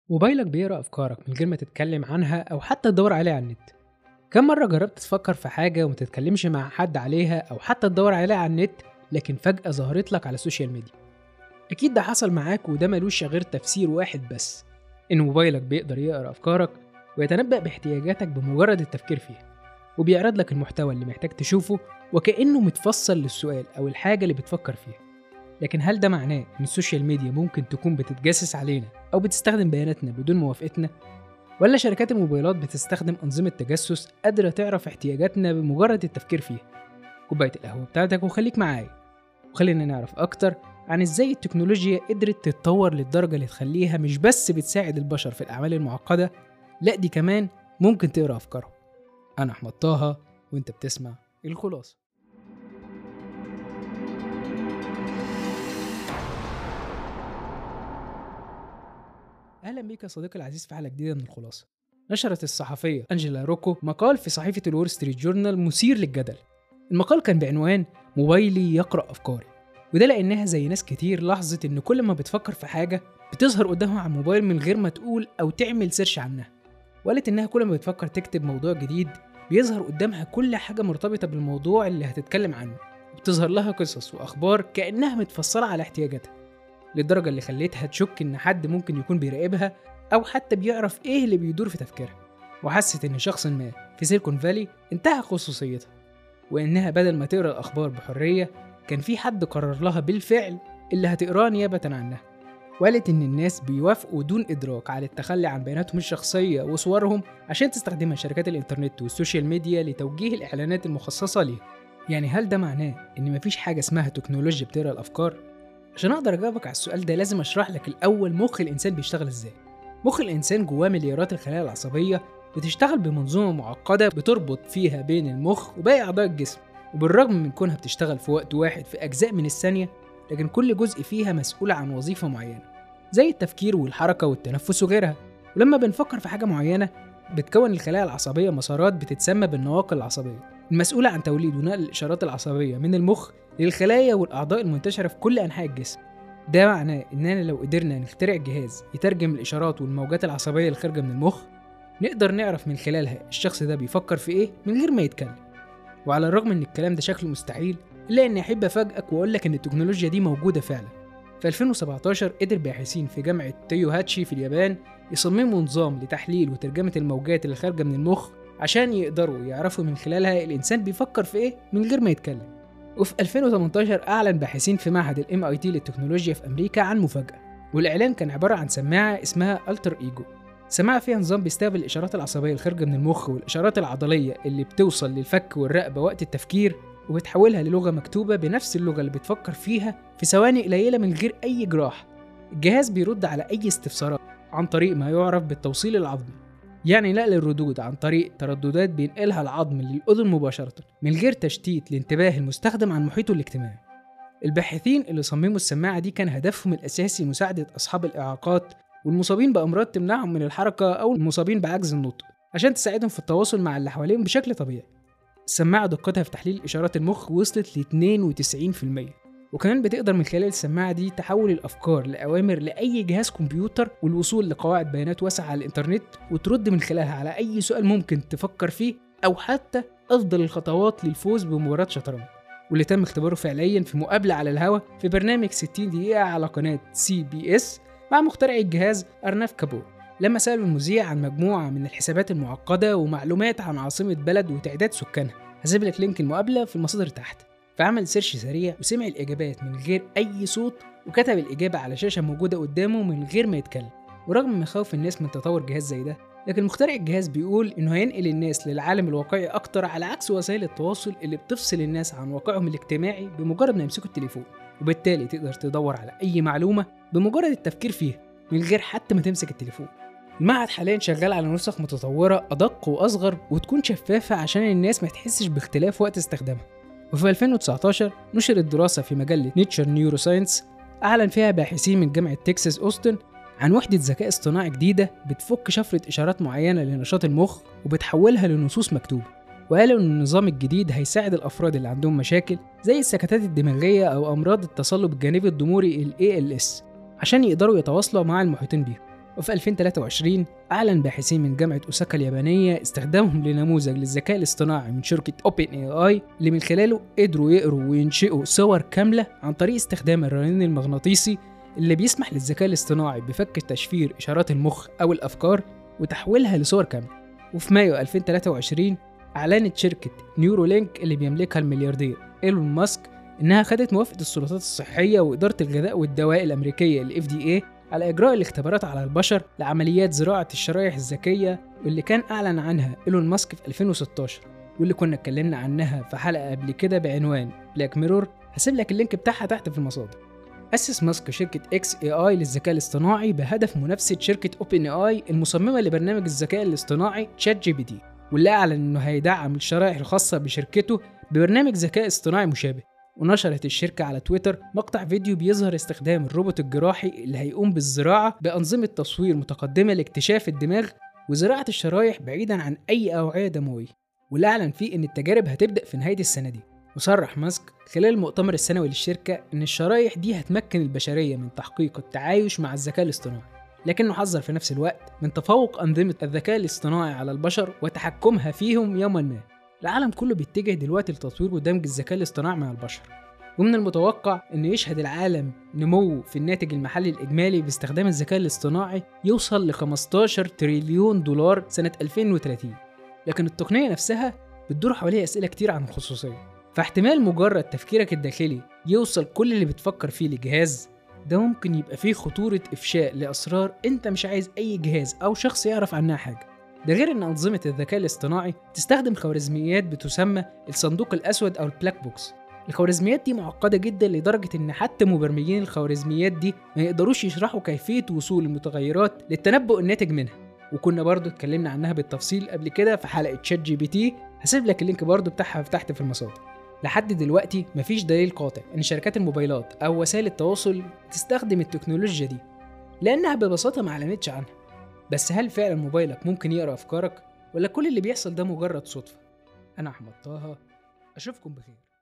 موبايلك بيقرأ أفكارك من غير ما تتكلم عنها أو حتى تدور عليها على النت. كم مرة جربت تفكر في حاجة وما تتكلمش مع حد عليها أو حتى تدور عليها على النت، لكن فجأة ظهرت لك على السوشيال ميديا؟ أكيد ده حصل معاك، وده ملوش غير تفسير واحد بس: إن موبايلك بيقدر يقرأ أفكارك ويتنبأ باحتياجاتك بمجرد التفكير فيها، وبيعرض لك المحتوى اللي محتاج تشوفه وكأنه متفصل للسؤال أو الحاجة اللي بتفكر فيها. لكن هل ده معناه إن السوشيال ميديا ممكن تكون بتتجسس علينا أو بتستخدم بياناتنا بدون موافقتنا؟ ولا شركات الموبايلات بتستخدم أنظمة تجسس قادرة تعرف احتياجاتنا بمجرد التفكير فيها؟ كوباية القهوة بتاعتك وخليك معايا، وخلينا نعرف أكتر عن إزاي التكنولوجيا قدرت تتطور للدرجة اللي تخليها مش بس بتساعد البشر في الأعمال المعقدة، لأ دي كمان ممكن تقرأ أفكارهم. أنا أحمد طه، وأنت بتسمع الخلاصة. أهلا بيك يا صديقي العزيز في حلقة جديدة من الخلاصة. نشرت الصحفية أنجيلا روكو مقال في صحيفة الول ستريت جورنال مثير للجدل. المقال كان بعنوان موبايلي يقرأ أفكاري، وده لأنها زي ناس كتير لاحظت إن كل ما بتفكر في حاجة بتظهر قدامها على الموبايل من غير ما تقول أو تعمل سيرش عنها. وقالت إنها كل ما بتفكر تكتب موضوع جديد بيظهر قدامها كل حاجة مرتبطة بالموضوع اللي هتتكلم عنه، وبتظهر لها قصص وأخبار كأنها متفصلة على احتياجاتها، للدرجة اللي خلتها تشك إن حد ممكن يكون بيراقبها أو حتى بيعرف إيه اللي بيدور في تفكيرها. وحست إن شخص ما في سيليكون فالي انتهى خصوصيتها، وإنها بدل ما تقرأ الأخبار بحرية كان في حد قرر لها بالفعل اللي هتقراه نيابة عنها. وقالت إن الناس بيوافقوا دون إدراك على التخلي عن بياناتهم الشخصية وصورهم عشان تستخدمها شركات الإنترنت والسوشيال ميديا لتوجيه الإعلانات المخصصة ليها. يعني هل ده معناه إن مفيش حاجة اسمها تكنولوجيا بتقرأ الأفكار؟ عشان أقدر أجاوبك على السؤال ده لازم أشرح لك الأول مخ الإنسان بيشتغل إزاي. مخ الإنسان جواه مليارات الخلايا العصبية بتشتغل بمنظومة معقدة بتربط فيها بين المخ وباقي أعضاء الجسم، وبالرغم من كونها بتشتغل في وقت واحد في أجزاء من الثانية، لكن كل جزء فيها مسؤول عن وظيفة معينة زي التفكير والحركة والتنفس وغيرها. ولما بنفكر في حاجة معينة بتكون الخلايا العصبية مسارات بتتسمى بالنواقل العصبية، المسؤولة عن توليد ونقل الإشارات العصبية من المخ للخلايا والأعضاء المنتشرة في كل أنحاء الجسم. ده معناه إننا لو قدرنا نخترع جهاز يترجم الإشارات والموجات العصبية اللي خارجة من المخ، نقدر نعرف من خلالها الشخص ده بيفكر في إيه من غير ما يتكلم. وعلى الرغم إن الكلام ده شكله مستحيل، إلا إني أحب أفاجئك وأقولك إن التكنولوجيا دي موجودة فعلا. في 2017 قدر باحثين في جامعة تيوهاتشي في اليابان يصمموا نظام لتحليل وترجمة الموجات اللي خارجة من المخ عشان يقدروا يعرفوا من خلالها الإنسان بيفكر في إيه من غير ما يتكلم. وفي 2018 أعلن باحثين في معهد MIT للتكنولوجيا في أمريكا عن مفاجأة، والإعلان كان عبارة عن سماعة اسمها ألتر إيجو. سماعة فيها نظام بيستقبل الإشارات العصبية الخارجة من المخ والإشارات العضلية اللي بتوصل للفك والرقبة وقت التفكير، وبتحولها للغة مكتوبة بنفس اللغة اللي بتفكر فيها في ثواني قليلة من غير أي جراح. الجهاز بيرد على أي استفسارات عن طريق ما يعرف بالتوصيل العظمي، يعني نقل الردود عن طريق ترددات بينقلها العظم للأذن مباشرة من غير تشتيت لانتباه المستخدم عن محيطه الاجتماعي. الباحثين اللي صمموا السماعة دي كان هدفهم الأساسي مساعدة أصحاب الإعاقات والمصابين بأمراض تمنعهم من الحركة أو المصابين بعجز النطق عشان تساعدهم في التواصل مع اللي حواليهم بشكل طبيعي. السماعة دقتها في تحليل إشارات المخ وصلت ل 92%، وكمان بتقدر من خلال السماعة دي تحول الأفكار لأوامر لأي جهاز كمبيوتر والوصول لقواعد بيانات واسعة على الإنترنت، وترد من خلالها على أي سؤال ممكن تفكر فيه، أو حتى أفضل الخطوات للفوز بمباراة شطرنج، واللي تم اختباره فعليا في مقابلة على الهواء في برنامج 60 دقيقة على قناة CBS مع مخترع الجهاز أرناف كابور، لما سألوا المذيع عن مجموعة من الحسابات المعقدة ومعلومات عن عاصمة بلد وتعداد سكانها. هسيب لك لينك المقابلة في المصادر تحت. فعمل سيرش سريع وسمع الإجابات من غير أي صوت، وكتب الإجابة على شاشة موجودة قدامه من غير ما يتكلم. ورغم مخاوف الناس من تطور جهاز زي ده، لكن مخترع الجهاز بيقول إنه هينقل الناس للعالم الواقعي أكتر، على عكس وسائل التواصل اللي بتفصل الناس عن واقعهم الاجتماعي بمجرد ما يمسكوا التليفون، وبالتالي تقدر تدور على أي معلومة بمجرد التفكير فيها من غير حتى ما تمسك التليفون. المعهد حاليا شغال على نسخ متطورة أدق وأصغر وتكون شفافة عشان الناس ما تحسش باختلاف وقت استخدامها. وفي 2019 نشرت دراسة في مجلة نيتشر نيورو ساينس أعلن فيها باحثين من جامعة تكساس أوستن عن وحدة ذكاء اصطناعي جديدة بتفك شفرة إشارات معينة لنشاط المخ وبتحولها لنصوص مكتوبة. وقالوا إن النظام الجديد هيساعد الأفراد اللي عندهم مشاكل زي السكتات الدماغية أو أمراض التصلب الجانبي الضموري ALS عشان يقدروا يتواصلوا مع المحيطين بيهم. وفي 2023 أعلن باحثين من جامعة أوساكا اليابانية استخدامهم لنموذج للذكاء الاصطناعي من شركة OpenAI اللي من خلاله قدروا يقروا وينشئوا صور كاملة عن طريق استخدام الرنين المغناطيسي اللي بيسمح للذكاء الاصطناعي بفك تشفير إشارات المخ أو الأفكار وتحويلها لصور كاملة. وفي مايو 2023 أعلنت شركة نيورولينك اللي بيملكها الملياردير إيلون ماسك إنها خدت موافقة السلطات الصحية وإدارة الغذاء والدواء الأمريكية ال FDA على إجراء الاختبارات على البشر لعمليات زراعة الشرايح الذكية، واللي كان أعلن عنها إيلون ماسك في 2016 واللي كنا اتكلمنا عنها في حلقة قبل كده بعنوان بلاك ميرور. هسيب لك اللينك بتاعها تحت في المصادر. أسس ماسك شركة XAI للذكاء الاصطناعي بهدف منافسة شركة OpenAI المصممة لبرنامج الذكاء الاصطناعي ChatGPT، واللي أعلن إنه هيدعم الشرائح الخاصة بشركته ببرنامج ذكاء اصطناعي مشابه. ونشرت الشركة على تويتر مقطع فيديو بيظهر استخدام الروبوت الجراحي اللي هيقوم بالزراعة بأنظمة تصوير متقدمة لاكتشاف الدماغ وزراعة الشرايح بعيدا عن أي أوعية دموية، واللي أعلن فيه إن التجارب هتبدأ في نهاية السنة دي. وصرح ماسك خلال المؤتمر السنوي للشركة إن الشرايح دي هتمكن البشرية من تحقيق التعايش مع الذكاء الاصطناعي، لكنه حذر في نفس الوقت من تفوق أنظمة الذكاء الاصطناعي على البشر وتحكمها فيهم يوما ما. العالم كله بيتجه دلوقتي لتطوير ودمج الذكاء الاصطناعي مع البشر، ومن المتوقع أن يشهد العالم نمو في الناتج المحلي الإجمالي باستخدام الذكاء الاصطناعي يوصل ل 15 تريليون دولار سنة 2030. لكن التقنية نفسها بتدور حواليها أسئلة كتير عن الخصوصية، فاحتمال مجرد تفكيرك الداخلي يوصل كل اللي بتفكر فيه لجهاز، ده ممكن يبقى فيه خطورة إفشاء لأسرار أنت مش عايز أي جهاز أو شخص يعرف عنها حاجة. ده غير أن أنظمة الذكاء الاصطناعي تستخدم خوارزميات بتسمى الصندوق الأسود أو البلاك بوكس. الخوارزميات دي معقدة جدا لدرجة إن حتى مبرمجين الخوارزميات دي ما يقدروش يشرحوا كيفية وصول المتغيرات للتنبؤ الناتج منها، وكنا برضو اتكلمنا عنها بالتفصيل قبل كده في حلقة ChatGPT. هسيب لك اللينك برضو بتاعها تحت في المصادر. لحد دلوقتي مفيش دليل قاطع إن شركات الموبايلات أو وسائل التواصل تستخدم التكنولوجيا دي، لأنها ببساطة ما أعلنتش عنها. بس هل فعلا موبايلك ممكن يقرأ أفكارك، ولا كل اللي بيحصل ده مجرد صدفة؟ أنا أحمد طه، أشوفكم بخير.